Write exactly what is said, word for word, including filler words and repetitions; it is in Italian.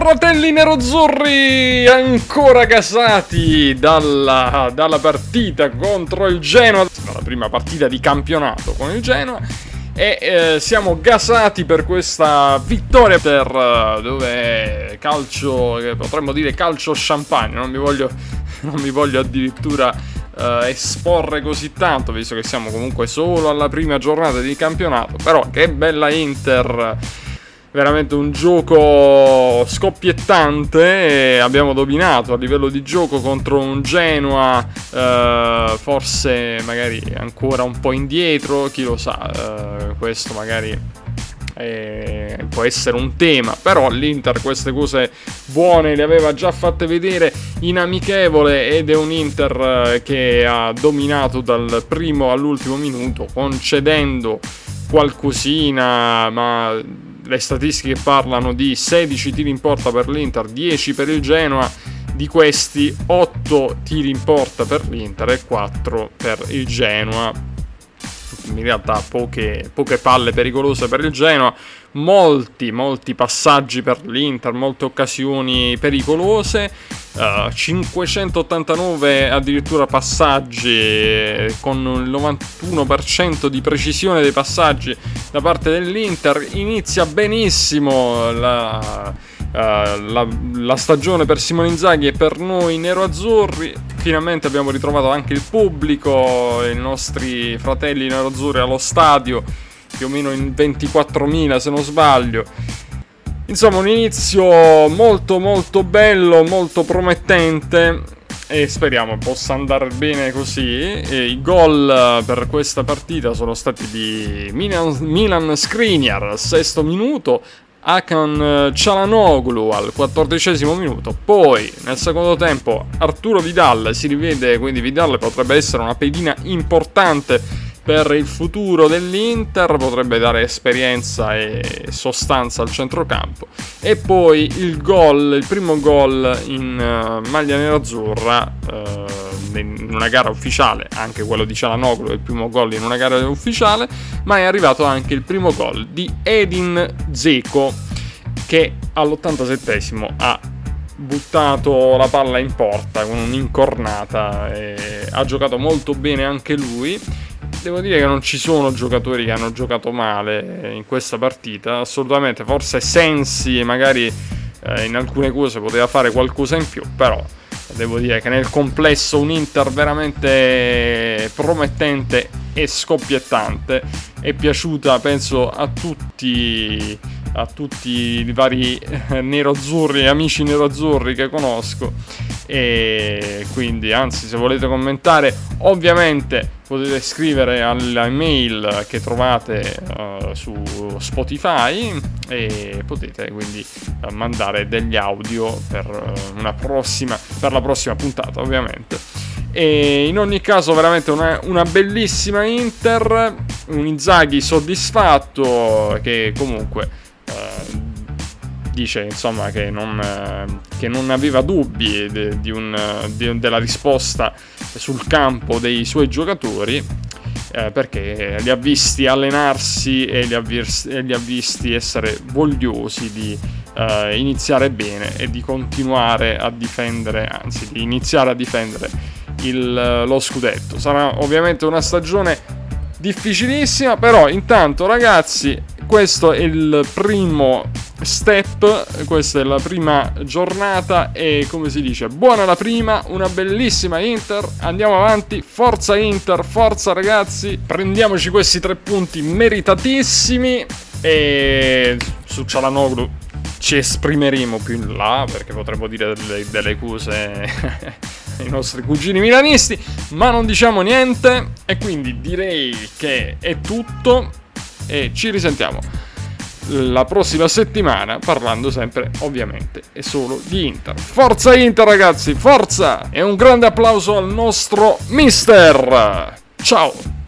fratelli neroazzurri, ancora gasati dalla, dalla partita contro il Genoa, la prima partita di campionato con il Genoa, e eh, siamo gasati per questa vittoria per uh, dove calcio, eh, potremmo dire calcio champagne, non mi voglio, non mi voglio addirittura uh, esporre così tanto, visto che siamo comunque solo alla prima giornata di campionato, però che bella Inter. Veramente un gioco scoppiettante, e abbiamo dominato a livello di gioco contro un Genoa eh, forse magari ancora un po' indietro, chi lo sa, eh, questo magari eh, può essere un tema, però l'Inter queste cose buone le aveva già fatte vedere in amichevole, ed è un Inter eh, che ha dominato dal primo all'ultimo minuto, concedendo qualcosina, ma le statistiche parlano di sedici tiri in porta per l'Inter, dieci per il Genoa. Di questi otto tiri in porta per l'Inter e quattro per il Genoa. In realtà poche, poche palle pericolose per il Genoa, molti molti passaggi per l'Inter, molte occasioni pericolose, uh, cinquecentottantanove addirittura passaggi, con il novantuno per cento di precisione dei passaggi da parte dell'Inter. Inizia benissimo la, uh, la, la stagione per Simone Inzaghi e per noi neroazzurri. Finalmente abbiamo ritrovato anche il pubblico, i nostri fratelli neroazzurri allo stadio, più o meno in ventiquattromila se non sbaglio. Insomma, un inizio molto molto bello, molto promettente, e speriamo possa andare bene così. E i gol per questa partita sono stati di Milan, Milan Skriniar al sesto minuto, Hakan Çalhanoğlu al quattordicesimo minuto, poi nel secondo tempo Arturo Vidal si rivede, quindi Vidal potrebbe essere una pedina importante per il futuro dell'Inter, potrebbe dare esperienza e sostanza al centrocampo. E poi il gol, il primo gol in uh, maglia nerazzurra uh, in una gara ufficiale, anche quello di Çalhanoğlu è il primo gol in una gara ufficiale, ma è arrivato anche il primo gol di Edin Dzeko, che all'ottantasettesimo ha buttato la palla in porta con un'incornata e ha giocato molto bene anche lui. Devo dire che non ci sono giocatori che hanno giocato male in questa partita, assolutamente. Forse Sensi magari eh, in alcune cose poteva fare qualcosa in più, però devo dire che nel complesso un Inter veramente promettente e scoppiettante. È piaciuta, penso, a tutti a tutti i vari neroazzurri, amici neroazzurri che conosco, e quindi anzi, se volete commentare ovviamente potete scrivere all'email che trovate uh, su Spotify, e potete quindi uh, mandare degli audio per uh, una prossima per la prossima puntata, ovviamente. E in ogni caso veramente una, una bellissima Inter, un Inzaghi soddisfatto, che comunque Uh, dice insomma che non, uh, che non aveva dubbi de, di un, de, della risposta sul campo dei suoi giocatori, uh, perché li ha visti allenarsi e li ha, vis- e li ha visti essere vogliosi di uh, iniziare bene e di continuare a difendere, anzi di iniziare a difendere il, lo scudetto. Sarà ovviamente una stagione difficilissima, però intanto ragazzi, questo è il primo step, questa è la prima giornata, e come si dice, buona la prima, una bellissima Inter, andiamo avanti, forza Inter, forza ragazzi, prendiamoci questi tre punti meritatissimi, e su Çalhanoğlu ci esprimeremo più in là, perché potremmo dire delle, delle cose ai nostri cugini milanisti, ma non diciamo niente, e quindi direi che è tutto, e ci risentiamo la prossima settimana parlando sempre ovviamente e solo di Inter. Forza Inter ragazzi, forza! E un grande applauso al nostro mister! Ciao!